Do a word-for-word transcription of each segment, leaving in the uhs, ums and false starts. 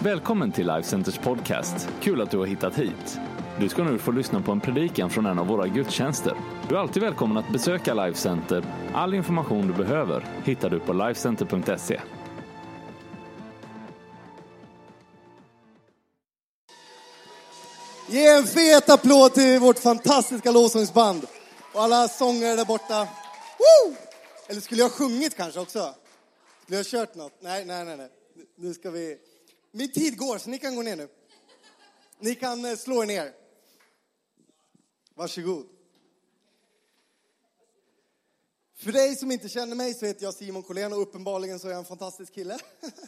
Välkommen till Life Centers podcast. Kul att du har hittat hit. Du ska nu få lyssna på en predikan från en av våra gudstjänster. Du är alltid välkommen att besöka Life Center. All information du behöver hittar du på lifecenter punkt se. Ge en fet applåd till vårt fantastiska lovsångsband. Och alla sångare där borta. Woo! Eller skulle jag ha sjungit kanske också? Skulle jag ha kört något? Nej, nej, nej, nej. Nu ska vi... Min tid går, så ni kan gå ner nu. Ni kan slå er ner. Varsågod. För dig som inte känner mig så heter jag Simon Collén och uppenbarligen så är jag en fantastisk kille.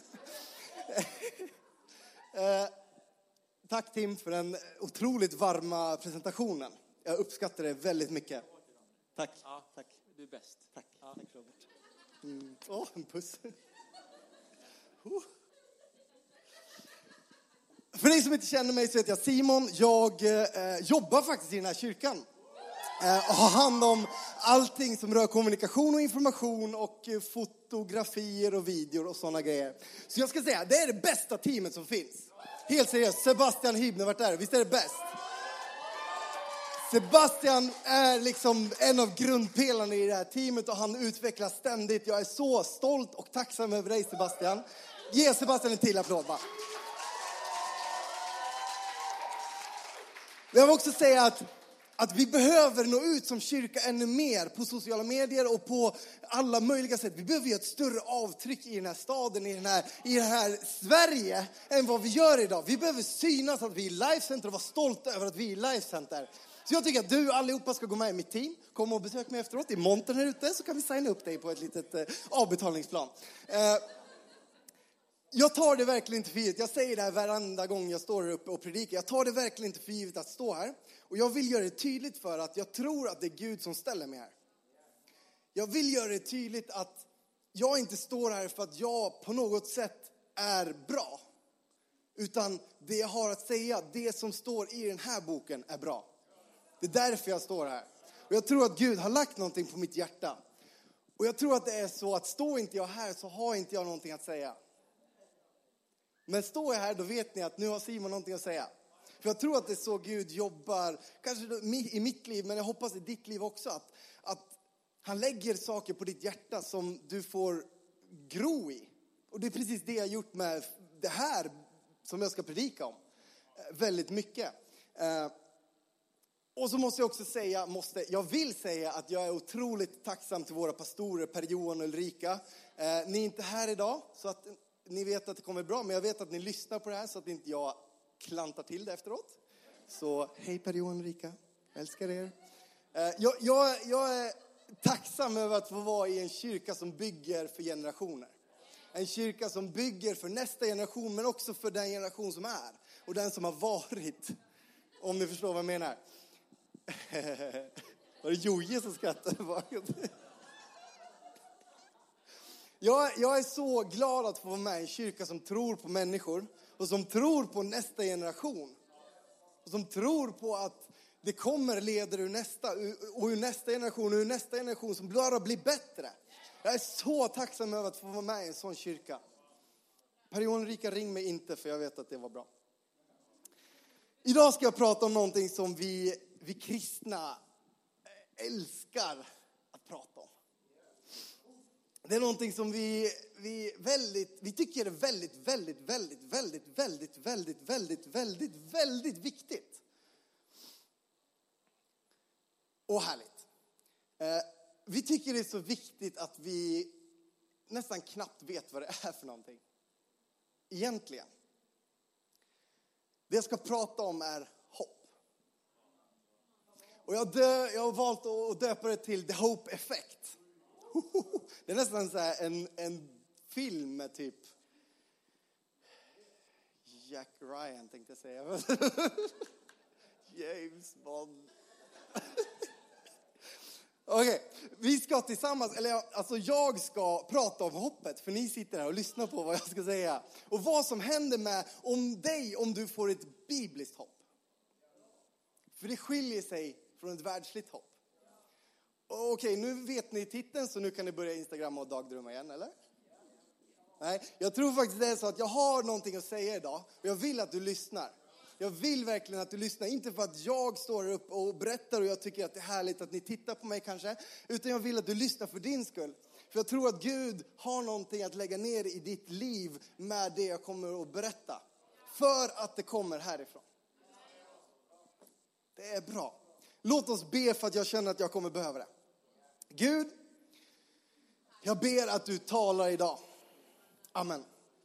eh, tack Tim för den otroligt varma presentationen. Jag uppskattar det väldigt mycket. Tack. Ja, tack. Du är bäst. Tack, ja. tack Robert. Åh, mm. oh, en puss. Oh. För dig som inte känner mig så heter jag Simon. Jag eh, jobbar faktiskt i den här kyrkan. Eh, och har hand om allting som rör kommunikation och information och eh, fotografier och videor och sådana grejer. Så jag ska säga, det är det bästa teamet som finns. Helt seriöst, Sebastian Hybner vart där. Visst är det bäst? Sebastian är liksom en av grundpelarna i det här teamet och han utvecklas ständigt. Jag är så stolt och tacksam över dig Sebastian. Ge Sebastian en till applåd va. Jag vill också säga att, att vi behöver nå ut som kyrka ännu mer på sociala medier och på alla möjliga sätt. Vi behöver göra ett större avtryck i den här staden, i, den här, i det här Sverige än vad vi gör idag. Vi behöver synas att vi är Life Center och vara stolta över att vi är Life Center. Så jag tycker att du allihopa ska gå med i mitt team. Kom och besök mig efteråt i montern här ute så kan vi signa upp dig på ett litet eh, avbetalningsplan. Eh, Jag tar det verkligen inte för givet. Jag säger det här varenda gång jag står här uppe och predikar. Jag tar det verkligen inte för givet att stå här. Och jag vill göra det tydligt för att jag tror att det är Gud som ställer mig här. Jag vill göra det tydligt att jag inte står här för att jag på något sätt är bra. Utan det jag har att säga, det som står i den här boken är bra. Det är därför jag står här. Och jag tror att Gud har lagt någonting på mitt hjärta. Och jag tror att det är så att står inte jag här så har inte jag någonting att säga. Men står jag här då vet ni att nu har Simon någonting att säga. För jag tror att det är så Gud jobbar, kanske i mitt liv, men jag hoppas i ditt liv också. Att, att han lägger saker på ditt hjärta som du får gro i. Och det är precis det jag har gjort med det här som jag ska predika om. Väldigt mycket. Och så måste jag också säga, måste, jag vill säga att jag är otroligt tacksam till våra pastorer, Per-Johan och Ulrika. Ni är inte här idag så att... Ni vet att det kommer bra, men jag vet att ni lyssnar på det här så att inte jag klantar till det efteråt. Så hej Per-Johan och Rika, älskar er. Jag, jag, jag är tacksam över att få vara i en kyrka som bygger för generationer. En kyrka som bygger för nästa generation, men också för den generation som är. Och den som har varit, om ni förstår vad jag menar. Var det Joje som skrattade? Jag, jag är så glad att få vara med i en kyrka som tror på människor. Och som tror på nästa generation. Och som tror på att det kommer ledare ur nästa. Och ur nästa generation och ur nästa generation som bara blir bättre. Jag är så tacksam över att få vara med i en sån kyrka. Per-Johan Rika, ring mig inte för jag vet att det var bra. Idag ska jag prata om någonting som vi, vi kristna älskar att prata om. Det är någonting som vi, vi, väldigt, vi tycker är väldigt, väldigt, väldigt, väldigt, väldigt, väldigt, väldigt, väldigt, väldigt viktigt. Och härligt. Eh, vi tycker det är så viktigt att vi nästan knappt vet vad det är för någonting. Egentligen. Det jag ska prata om är hopp. Och jag, dö, jag har valt att döpa det till The Hope Effect. Det är nästan så här en, en film med typ Jack Ryan tänkte jag säga. James Bond. Okej, okay. Vi ska tillsammans, eller alltså jag ska prata om hoppet. För ni sitter här och lyssnar på vad jag ska säga. Och vad som händer med om dig om du får ett bibliskt hopp. För det skiljer sig från ett världsligt hopp. Okej, nu vet ni titeln så nu kan ni börja Instagram och dagdrömma igen, eller? Nej, jag tror faktiskt det är så att jag har någonting att säga idag. Och jag vill att du lyssnar. Jag vill verkligen att du lyssnar. Inte för att jag står upp och berättar och jag tycker att det är härligt att ni tittar på mig kanske. Utan jag vill att du lyssnar för din skull. För jag tror att Gud har någonting att lägga ner i ditt liv med det jag kommer att berätta. För att det kommer härifrån. Det är bra. Låt oss be för att jag känner att jag kommer behöva det. Gud, jag ber att du talar idag. Amen.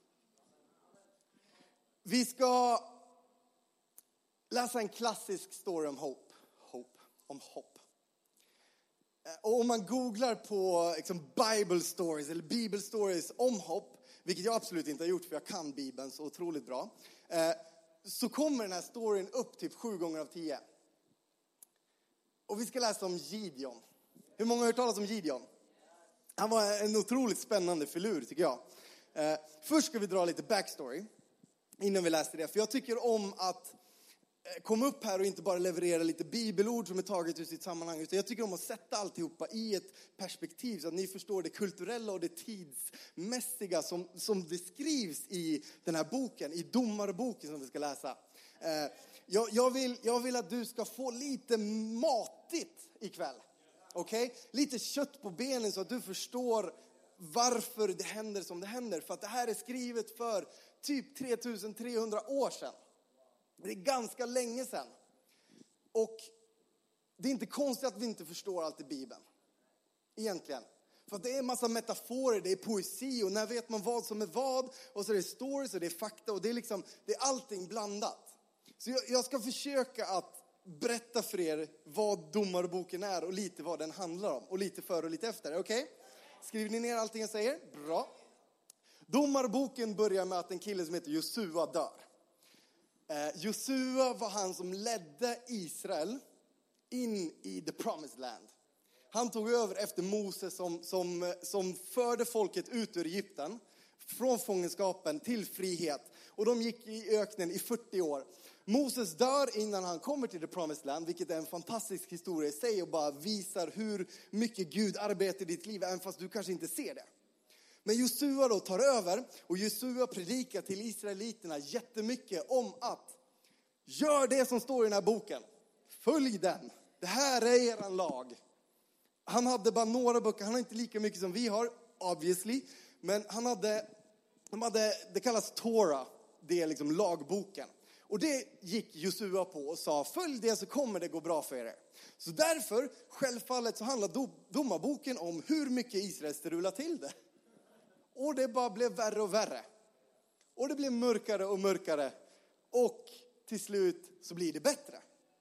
Vi ska läsa en klassisk story om hopp. Hope. Om hopp. Och om man googlar på liksom, Bible stories eller Bible stories om hopp, vilket jag absolut inte har gjort för jag kan Bibeln så otroligt bra, så kommer den här storyn upp typ sju gånger av tio. Och vi ska läsa om Gideon. Hur många har hört talas om Gideon? Han var en otroligt spännande filur tycker jag. Eh, först ska vi dra lite backstory innan vi läser det. För jag tycker om att eh, komma upp här och inte bara leverera lite bibelord som är taget ur sitt sammanhang. Utan jag tycker om att sätta alltihopa i ett perspektiv så att ni förstår det kulturella och det tidsmässiga som, som beskrivs i den här boken. I domarboken som vi ska läsa. Eh, jag, jag, vill, jag vill att du ska få lite matigt ikväll. Okej? Okay? Lite kött på benen så att du förstår varför det händer som det händer. För att det här är skrivet för typ tre tusen trehundra år sedan. Det är ganska länge sedan. Och det är inte konstigt att vi inte förstår allt i Bibeln. Egentligen. För att det är en massa metaforer, det är poesi och när vet man vad som är vad. Och så är det stories och det är fakta och det är liksom, det är allting blandat. Så jag, jag ska försöka att berätta för er vad domarboken är och lite vad den handlar om. Och lite för och lite efter, okej? Okay? Skriver ni ner allting jag säger? Bra. Domarboken börjar med att en kille som heter Josua dör. Eh, Josua var han som ledde Israel in i the promised land. Han tog över efter Moses som, som, som förde folket ut ur Egypten. Från fångenskapen till frihet. Och de gick i öknen i fyrtio år. Moses dör innan han kommer till the promised land, vilket är en fantastisk historia i sig och bara visar hur mycket Gud arbetar i ditt liv, även fast du kanske inte ser det. Men Josua då tar över och Josua predikar till israeliterna jättemycket om att gör det som står i den här boken. Följ den. Det här är eran lag. Han hade bara några böcker, han har inte lika mycket som vi har, obviously. Men han hade, de hade det kallas Torah, det är liksom lagboken. Och det gick Josua på och sa, följ det så kommer det gå bra för er. Så därför, självfallet så handlar domarboken om hur mycket Israel strular till det. Och det bara blev värre och värre. Och det blev mörkare och mörkare. Och till slut så blir det bättre.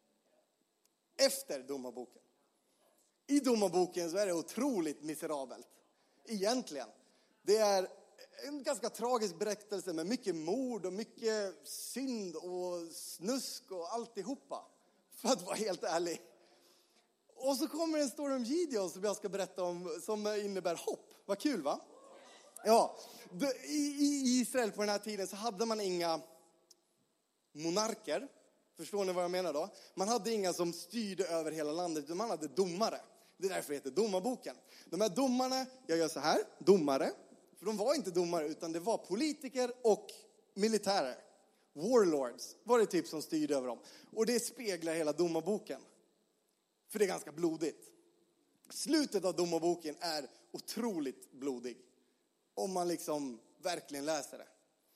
Efter domarboken. I domarboken så är det otroligt miserabelt. Egentligen. Det är en ganska tragisk berättelse med mycket mord och mycket synd och snusk och alltihopa. För att vara helt ärlig. Och så kommer en story om Gideon som jag ska berätta om som innebär hopp. Vad kul va? Ja, i Israel på den här tiden så hade man inga monarker. Förstår ni vad jag menar då? Man hade inga som styrde över hela landet utan man hade domare. Det är därför det heter domarboken. De här domarna, jag gör så här, domare. För de var inte domare utan det var politiker och militärer. Warlords var det typ som styrde över dem. Och det speglar hela domarboken. För det är ganska blodigt. Slutet av domarboken är otroligt blodig. Om man liksom verkligen läser det.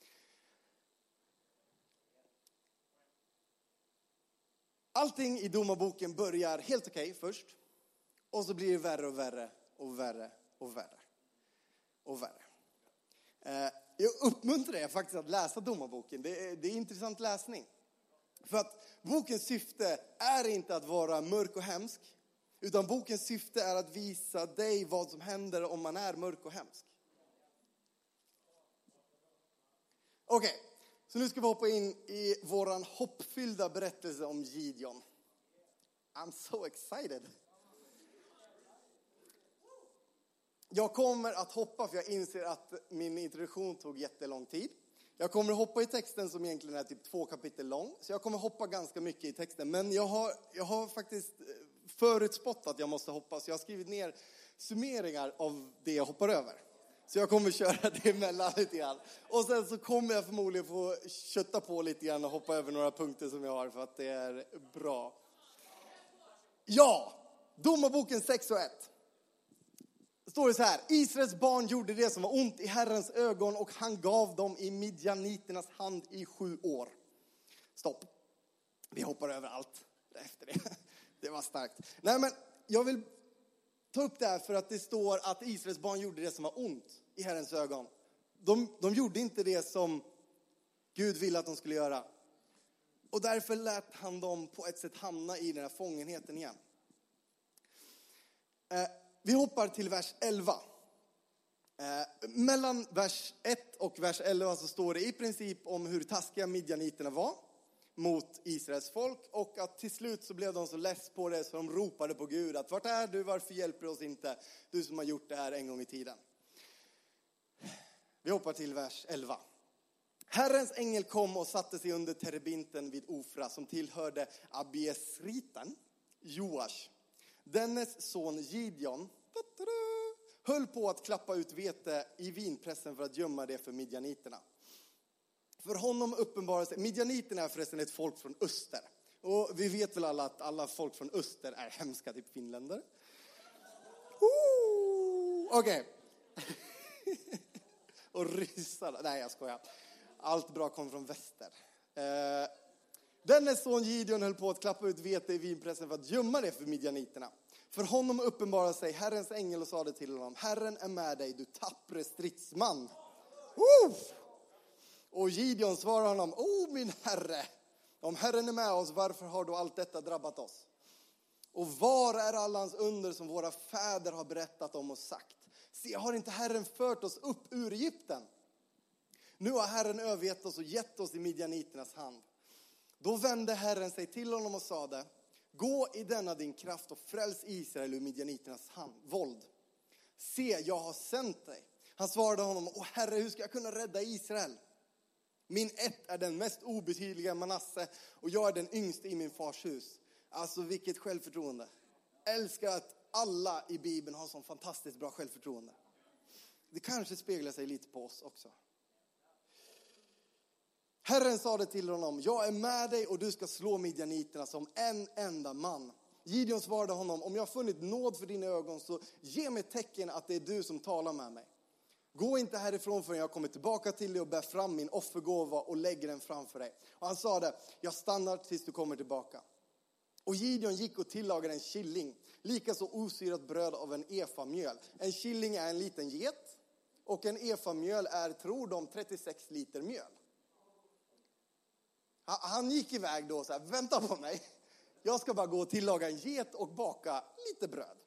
Allting i domarboken börjar helt okej okay först. Och så blir det värre och värre och värre och värre. Och värre. Jag uppmuntrar er faktiskt att läsa domarboken. Det är, det är intressant läsning. För att bokens syfte är inte att vara mörk och hemsk. Utan bokens syfte är att visa dig vad som händer om man är mörk och hemsk. Okej, okay, så nu ska vi hoppa in i våran hoppfyllda berättelse om Gideon. I'm so excited. Jag kommer att hoppa för jag inser att min introduktion tog jättelång tid. Jag kommer att hoppa i texten som egentligen är typ två kapitel lång. Så jag kommer hoppa ganska mycket i texten. Men jag har, jag har faktiskt förutspått att jag måste hoppa. Så jag har skrivit ner summeringar av det jag hoppar över. Så jag kommer köra det emellan lite grann. Och sen så kommer jag förmodligen få kötta på lite grann och hoppa över några punkter som jag har för att det är bra. Ja, Domarboken sex och ett. Står det så här: Israels barn gjorde det som var ont i Herrens ögon och han gav dem i midjaniternas hand i sju år. Stopp. Vi hoppar över allt efter det. Det var starkt. Nej, men jag vill ta upp det här för att det står att Israels barn gjorde det som var ont i Herrens ögon. De, de gjorde inte det som Gud ville att de skulle göra. Och därför lät han dem på ett sätt hamna i den här fångenheten igen. Eh, vi hoppar till vers elva. Eh, mellan vers ett och vers elva så står det i princip om hur taskiga midjaniterna var mot Israels folk. Och att till slut så blev de så less på det så de ropade på Gud att vart är du, varför hjälper du oss inte? Du som har gjort det här en gång i tiden. Vi hoppar till vers elva. Herrens ängel kom och satte sig under terebinten vid Ofra som tillhörde Abiesriten, Joash. Dennes son Gideon höll på att klappa ut vete i vinpressen för att gömma det för midjaniterna. För honom uppenbarade sig, midjaniterna är förresten ett folk från öster. Och vi vet väl alla att alla folk från öster är hemska, typ finländare. Okej. Okay. Och ryssar. Nej, jag skojar. Allt bra kom från väster. Eh, Dennes son Gideon höll på att klappa ut vete i vinpressen för att gömma det för midjaniterna. För honom uppenbarade sig Herrens ängel och sa det till honom: Herren är med dig, du tappre stridsman. Uh! Och Gideon svarade honom: O min herre, om Herren är med oss, varför har då allt detta drabbat oss? Och var är alla hans under som våra fäder har berättat om och sagt? Se, har inte Herren fört oss upp ur Egypten? Nu har Herren övergett oss och gett oss i midjaniternas hand. Då vände Herren sig till honom och sade: gå i denna din kraft och fräls Israel ur midjaniternas hand, våld. Se, jag har sänt dig. Han svarade honom: Åh Herre, hur ska jag kunna rädda Israel? Min ett är den mest obetydliga Manasse och jag är den yngste i min fars hus. Alltså vilket självförtroende. Älskar att alla i Bibeln har sån fantastiskt bra självförtroende. Det kanske speglar sig lite på oss också. Herren sa det till honom: jag är med dig och du ska slå midjaniterna som en enda man. Gideon svarade honom: om jag har funnit nåd för dina ögon så ge mig tecken att det är du som talar med mig. Gå inte härifrån förrän jag kommer tillbaka till dig och bär fram min offergåva och lägger den framför dig. Och han sa det: jag stannar tills du kommer tillbaka. Och Gideon gick och tillagade en killing, likaså osyrat bröd av en efa mjöl. En killing är en liten get och en efa mjöl är, tror de, trettiosex liter mjöl. Han gick iväg då och så här: vänta på mig. Jag ska bara gå och tillaga en get och baka lite bröd.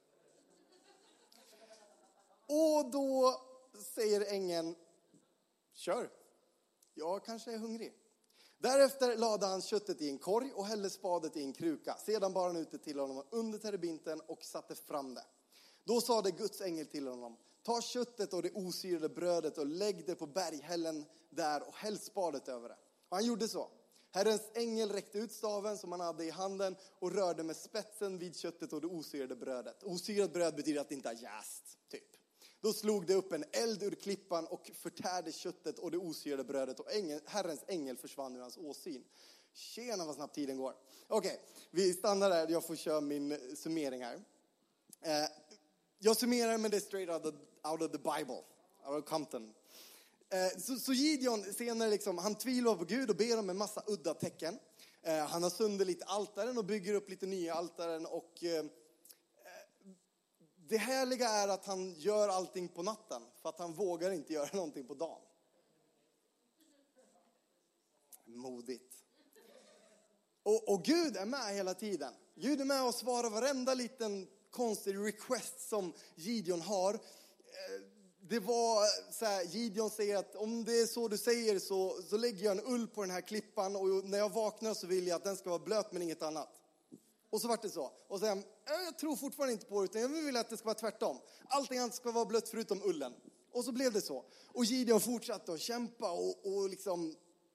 Och då säger ängeln: kör, jag kanske är hungrig. Därefter lade han köttet i en korg och hällde spadet i en kruka. Sedan bar han ut det till honom under terebinten och satte fram det. Då sa det Guds ängel till honom: ta köttet och det osyrade brödet och lägg det på berghällen där och häll spadet över det. Och han gjorde så. Herrens ängel räckte ut staven som han hade i handen och rörde med spetsen vid köttet och det osyrade brödet. Osyrat bröd betyder att det inte har jäst, typ. Då slog det upp en eld ur klippan och förtärde köttet och det osyrade brödet. Och ängel, Herrens ängel försvann ur hans åsyn. Tjena vad snabbt tiden går. Okej, okay, vi stannar där. Jag får köra min summering här. Eh, jag summerar med det straight out of, out of the Bible. Out of Compton. Eh, så, så Gideon senare liksom, han tvivlar på Gud och ber om en massa udda tecken. Eh, han har sönder lite altaren och bygger upp lite nya altaren och... Eh, Det härliga är att han gör allting på natten. För att han vågar inte göra någonting på dagen. Modigt. Och, och Gud är med hela tiden. Gud är med och svarar varenda liten konstig request som Gideon har. Det var så här, Gideon säger att om det är så du säger så, så lägger jag en ull på den här klippan. Och när jag vaknar så vill jag att den ska vara blöt men inget annat. Och så var det så. Och sen, jag tror fortfarande inte på det, utan jag vill att det ska vara tvärtom. Allting annat ska vara blött förutom ullen. Och så blev det så. Och Gideon fortsatte att kämpa och, och liksom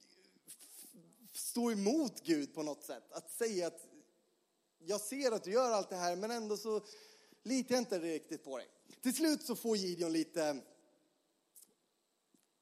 stå emot Gud på något sätt. Att säga att jag ser att du gör allt det här, men ändå så litar jag inte riktigt på dig. Till slut så får Gideon lite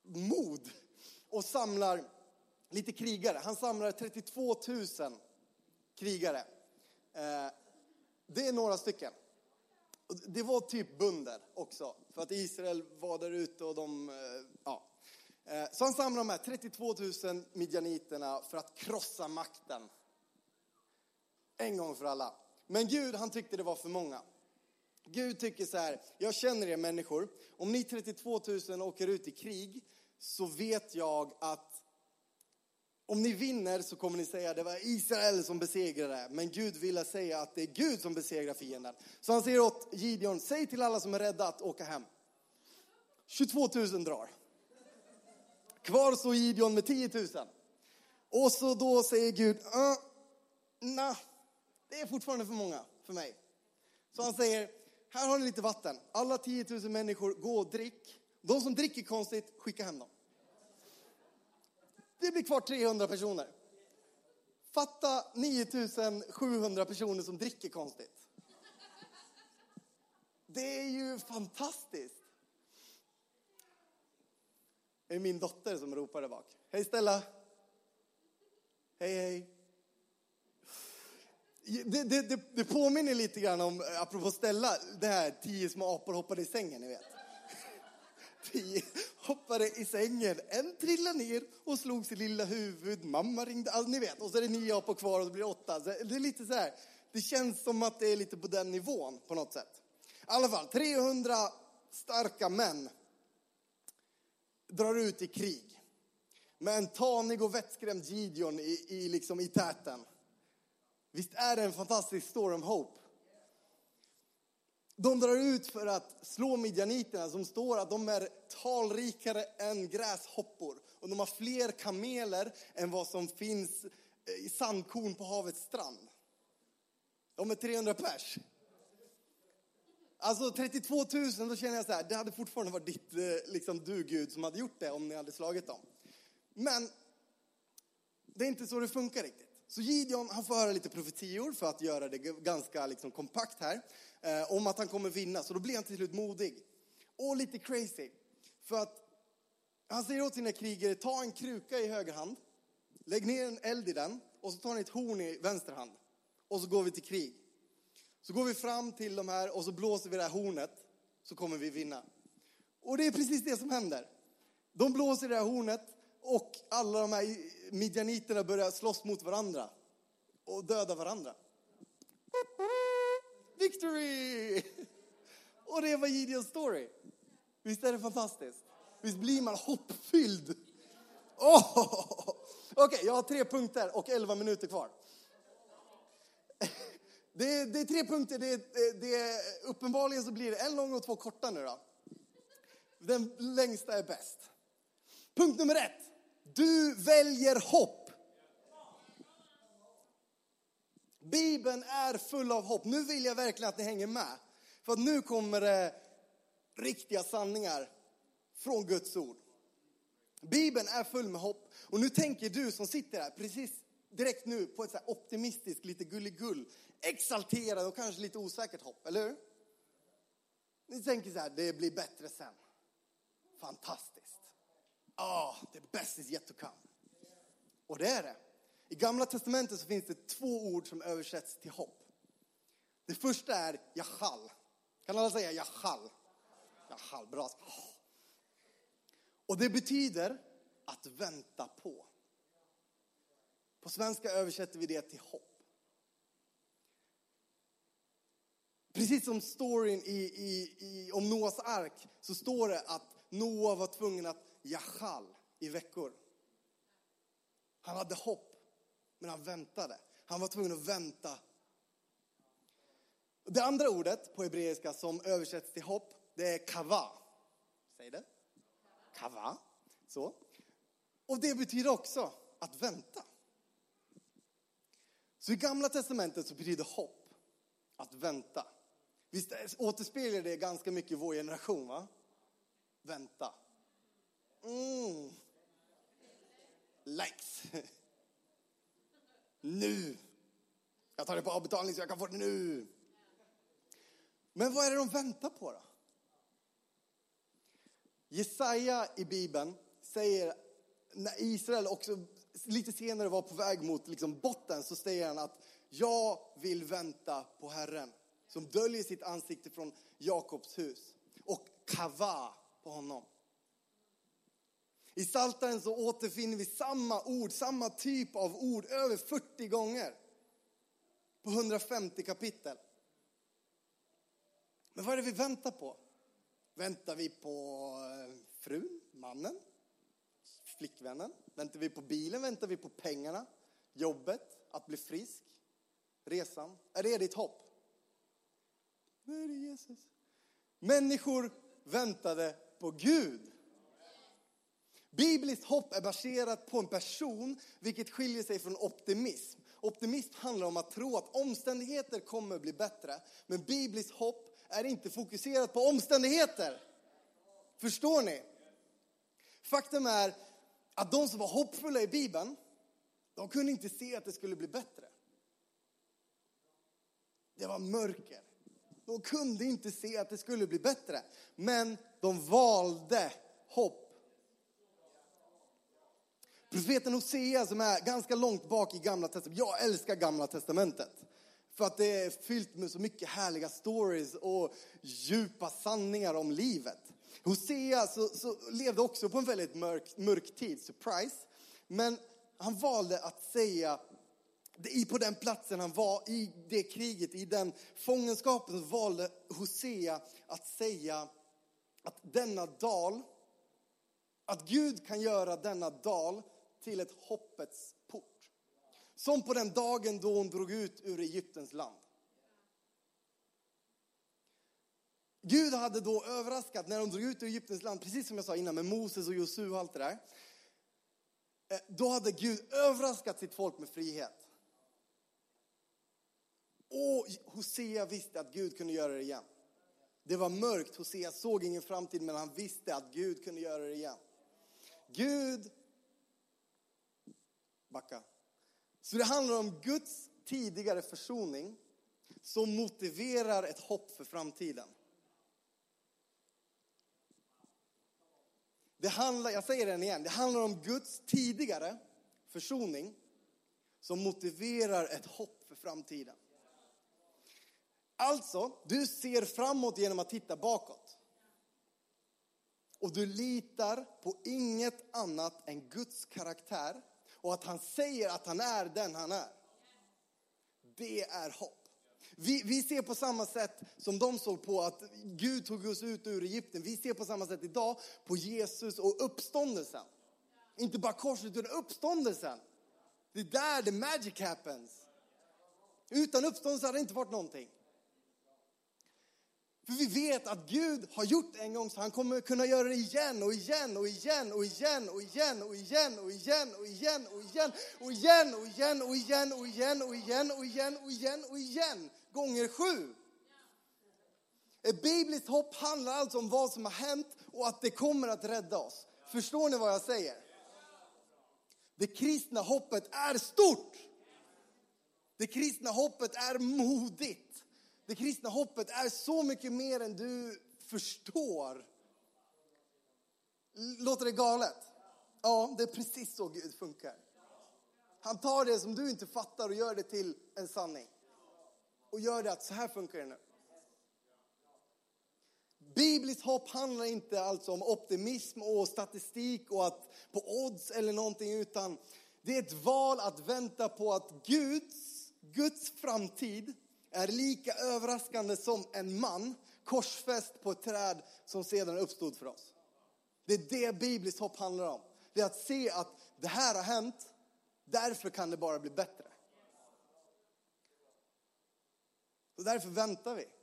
mod och samlar lite krigare. Han samlar trettiotvå tusen krigare. Eh, det är några stycken. Det var typ bönder också. För att Israel var där ute och de... Eh, ja. eh, så han samlar de här trettiotvå tusen midjaniterna för att krossa makten. En gång för alla. Men Gud, han tyckte det var för många. Gud tycker så här: jag känner er människor. Om ni trettiotvå tusen åker ut i krig, så vet jag att om ni vinner så kommer ni säga att det var Israel som besegrade. Men Gud ville säga att det är Gud som besegrar fienden. Så han säger åt Gideon: säg till alla som är rädda att åka hem. tjugotvå tusen drar. Kvar så Gideon med tio tusen. Och så då säger Gud: uh, nej, det är fortfarande för många för mig. Så han säger: här har ni lite vatten. Alla tio tusen människor, gå och drick. De som dricker konstigt, skicka hem dem. Det blir kvar trehundra personer. Fatta nio tusen sjuhundra personer som dricker konstigt. Det är ju fantastiskt. Det är min dotter som ropar där bak. Hej Stella. Hej hej. Det, det, det, det påminner lite grann om, apropå Stella, det här tio små apor hoppade i sängen, ni vet. Tio hoppade i sängen, en trillade ner och slog sitt lilla huvud. Mamma ringde, alltså, ni vet. Och så är det nio apor kvar och det blir åtta. Så det är lite så här, det känns som att det är lite på den nivån på något sätt. I alla fall, trehundra starka män drar ut i krig. Med en tanig och vettskrämd Gideon i, i, liksom, i täten. Visst är det en fantastisk story om hope? De drar ut för att slå midjaniterna, som står att de är talrikare än gräshoppor. Och de har fler kameler än vad som finns i sandkorn på havets strand. De är trehundra pers. Alltså trettiotvå tusen, då känner jag så här: det hade fortfarande varit ditt, liksom, du Gud som hade gjort det om ni hade slagit dem. Men det är inte så det funkar riktigt. Så Gideon, han får höra lite profetior för att göra det ganska liksom kompakt här. Eh, om att han kommer vinna. Så då blir han till slut modig. Och lite crazy. För att han säger åt sina krigare: ta en kruka i höger hand. Lägg ner en eld i den. Och så tar ni ett horn i vänster hand. Och så går vi till krig. Så går vi fram till de här och så blåser vi det här hornet. Så kommer vi vinna. Och det är precis det som händer. De blåser det här hornet. Och alla de här midjaniterna börjar slåss mot varandra. Och döda varandra. Victory! Och det var Gideons story. Visst är det fantastiskt? Visst blir man hoppfylld? Oh! Okej, okay, jag har tre punkter och elva minuter kvar. Det är, det är tre punkter. Det är, det är, uppenbarligen så blir det en lång och två korta nu då. Den längsta är bäst. Punkt nummer ett. Du väljer hopp. Bibeln är full av hopp. Nu vill jag verkligen att ni hänger med. För att nu kommer det riktiga sanningar från Guds ord. Bibeln är full med hopp. Och nu tänker du som sitter här precis direkt nu på ett så här optimistiskt, lite gulligull, exalterad och kanske lite osäkert hopp, eller hur? Ni tänker så här: det blir bättre sen. Fantastiskt. Ah, oh, the best is yet to come. Och det är det. I Gamla testamentet så finns det två ord som översätts till hopp. Det första är jachal. Kan alla säga jachal? Jachal, bra. Och det betyder att vänta på. På svenska översätter vi det till hopp. Precis som storyn i, i, i, om Noas ark så står det att Noa var tvungen att jachal i veckor. Han hade hopp, men han väntade. Han var tvungen att vänta. Det andra ordet på hebreiska som översätts till hopp, det är kava. Säg det. Kava. Så. Och det betyder också att vänta. Så i Gamla testamentet så betyder hopp att vänta. Visst återspeglar det ganska mycket vår generation, va? Vänta. Mm. Likes. Nu. Jag tar det på avbetalning så jag kan få det nu. Men vad är det de väntar på då? Jesaja i Bibeln säger, när Israel också lite senare var på väg mot liksom botten, så säger han att jag vill vänta på Herren. Som döljer sitt ansikte från Jakobs hus. Och kava på honom. I Psaltaren så återfinner vi samma ord, samma typ av ord över fyrtio gånger. På hundrafemtio kapitel. Men vad är det vi väntar på? Väntar vi på frun, mannen, flickvännen? Väntar vi på bilen? Väntar vi på pengarna? Jobbet? Att bli frisk? Resan? Är det ditt hopp? Nej, det är Jesus. Människor väntade på Gud. Bibliskt hopp är baserat på en person, vilket skiljer sig från optimism. Optimism handlar om att tro att omständigheter kommer att bli bättre. Men bibliskt hopp är inte fokuserat på omständigheter. Förstår ni? Faktum är att de som var hoppfulla i Bibeln, de kunde inte se att det skulle bli bättre. Det var mörker. De kunde inte se att det skulle bli bättre. Men de valde hopp. Profeten Hosea, som är ganska långt bak i Gamla testamentet. Jag älskar Gamla testamentet. För att det är fyllt med så mycket härliga stories och djupa sanningar om livet. Hosea så, så levde också på en väldigt mörk, mörk tid, surprise. Men han valde att säga, i på den platsen han var, i det kriget, i den fångenskapen, så valde Hosea att säga att denna dal, att Gud kan göra denna dal till ett hoppets port. Som på den dagen då hon drog ut ur Egyptens land. Gud hade då överraskat när de drog ut ur Egyptens land, precis som jag sa innan med Moses och Josua och allt det där. Då hade Gud överraskat sitt folk med frihet. Och Hosea visste att Gud kunde göra det igen. Det var mörkt, Hosea såg ingen framtid, men han visste att Gud kunde göra det igen. Gud, backa. Så det handlar om Guds tidigare försoning som motiverar ett hopp för framtiden. Det handlar, jag säger den igen, det handlar om Guds tidigare försoning som motiverar ett hopp för framtiden. Alltså, du ser framåt genom att titta bakåt. Och du litar på inget annat än Guds karaktär. Och att han säger att han är den han är. Det är hopp. Vi, vi ser på samma sätt som de såg på att Gud tog oss ut ur Egypten. Vi ser på samma sätt idag på Jesus och uppståndelsen. Inte bara korset utan uppståndelsen. Det är där the magic happens. Utan uppståndelse hade det inte varit någonting. För vi vet att Gud har gjort en gång, så han kommer kunna göra det igen och igen och igen och igen och igen och igen och igen och igen och igen och igen och igen och igen och igen och igen och igen och igen och igen gånger sju. Ett bibliskt hopp handlar alltså om vad som har hänt och att det kommer att rädda oss. Förstår ni vad jag säger? Det kristna hoppet är stort. Det kristna hoppet är modigt. Det kristna hoppet är så mycket mer än du förstår. Låter det galet? Ja, det är precis så Gud funkar. Han tar det som du inte fattar och gör det till en sanning. Och gör det att så här funkar det nu. Bibliskt hopp handlar inte alltså om optimism och statistik och att på odds eller någonting, utan det är ett val att vänta på att Guds, Guds framtid är lika överraskande som en man korsfäst på ett träd som sedan uppstod för oss. Det är det bibliskt hopp handlar om. Det är att se att det här har hänt, därför kan det bara bli bättre. Och därför väntar vi.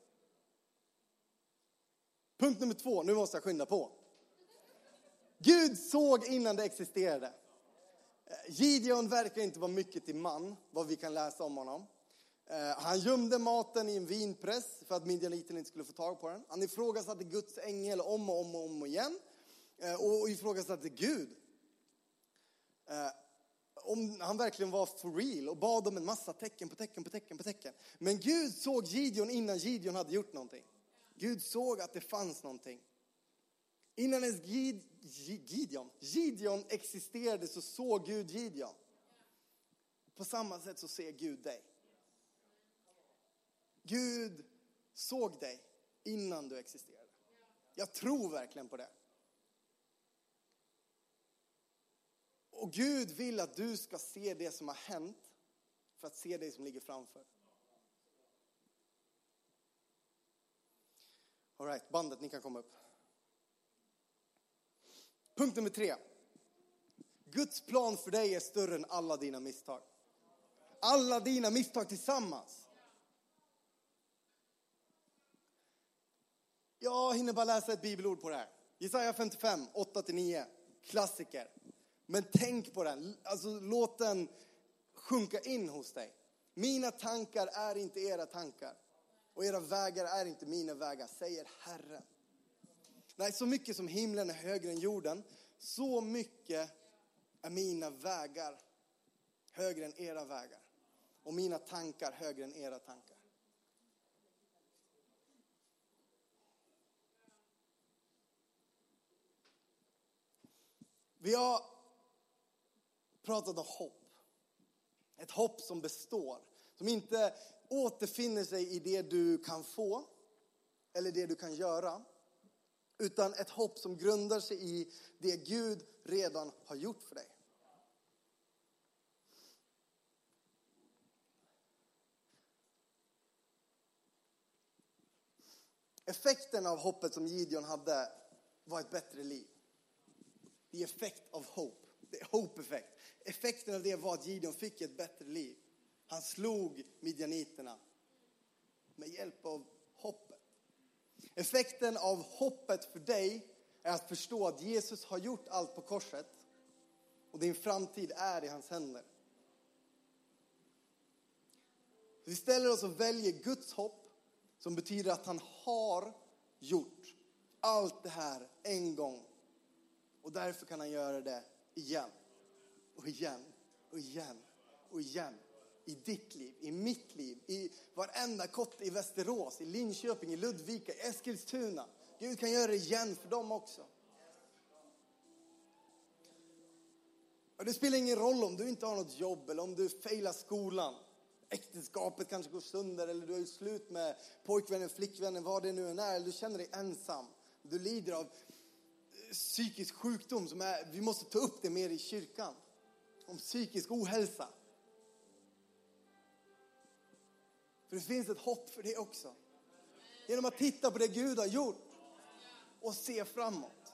Punkt nummer två, nu måste jag skynda på. Gud såg innan det existerade. Gideon verkar inte vara mycket till man, vad vi kan läsa om honom. Han gömde maten i en vinpress för att midjaniten inte skulle få tag på den. Han ifrågasatte Guds ängel om och om och om igen. Och ifrågasatte Gud. Om han verkligen var for real och bad om en massa tecken på tecken på tecken på tecken. Men Gud såg Gideon innan Gideon hade gjort någonting. Gud såg att det fanns någonting. Innan ens Gid, Gideon, Gideon existerade så såg Gud Gideon. På samma sätt så ser Gud dig. Gud såg dig innan du existerade. Jag tror verkligen på det. Och Gud vill att du ska se det som har hänt för att se det som ligger framför. All right, bandet, ni kan komma upp. Punkt nummer tre. Guds plan för dig är större än alla dina misstag. Alla dina misstag tillsammans. Jag hinner bara läsa ett bibelord på det här. Jesaja femtiofem, åtta till nio. Klassiker. Men tänk på den. Alltså låt den sjunka in hos dig. Mina tankar är inte era tankar. Och era vägar är inte mina vägar, säger Herren. Nej, så mycket som himlen är högre än jorden, så mycket är mina vägar högre än era vägar. Och mina tankar högre än era tankar. Vi har pratat om hopp. Ett hopp som består. Som inte återfinner sig i det du kan få. Eller det du kan göra. Utan ett hopp som grundar sig i det Gud redan har gjort för dig. Effekten av hoppet som Gideon hade var ett bättre liv. The effect of hope. Det är hope-effekt. Effekten av det var att Gideon fick ett bättre liv. Han slog midjaniterna med hjälp av hoppet. Effekten av hoppet för dig är att förstå att Jesus har gjort allt på korset. Och din framtid är i hans händer. Vi ställer oss och väljer Guds hopp. Som betyder att han har gjort allt det här en gång. Och därför kan han göra det igen. Och igen. Och igen. Och igen. I ditt liv. I mitt liv. I varenda kotte i Västerås. I Linköping. I Ludvika. I Eskilstuna. Gud kan göra det igen för dem också. Och det spelar ingen roll om du inte har något jobb. Eller om du failar skolan. Äktenskapet kanske går sönder. Eller du är slut med pojkvännen, flickvännen. Vad det nu än är. Eller du känner dig ensam. Du lider av psykisk sjukdom som är, vi måste ta upp det mer i kyrkan. Om psykisk ohälsa. För det finns ett hopp för det också. Genom att titta på det Gud har gjort. Och se framåt.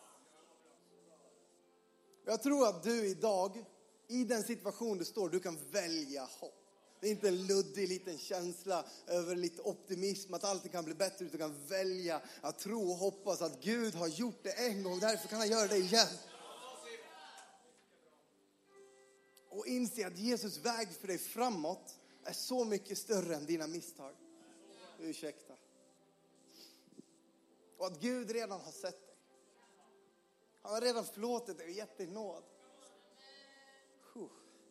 Jag tror att du idag, i den situation du står, du kan välja hopp. Det är inte en luddig liten känsla över lite optimism att allting kan bli bättre. Du kan välja att tro och hoppas att Gud har gjort det en gång. Därför kan han göra det igen. Och inse att Jesus väg för dig framåt är så mycket större än dina misstag. Ursäkta. Och att Gud redan har sett dig. Han har redan förlåtit dig och gett dig nåd. Huh.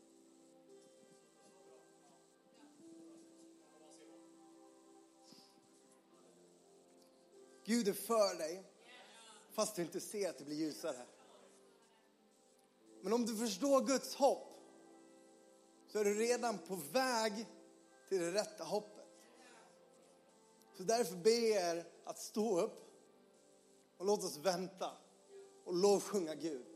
Gud är för dig, fast du inte ser att det blir ljusare. Men om du förstår Guds hopp, så är du redan på väg till det rätta hoppet. Så därför ber jag er att stå upp och låt oss vänta och lovsjunga Gud.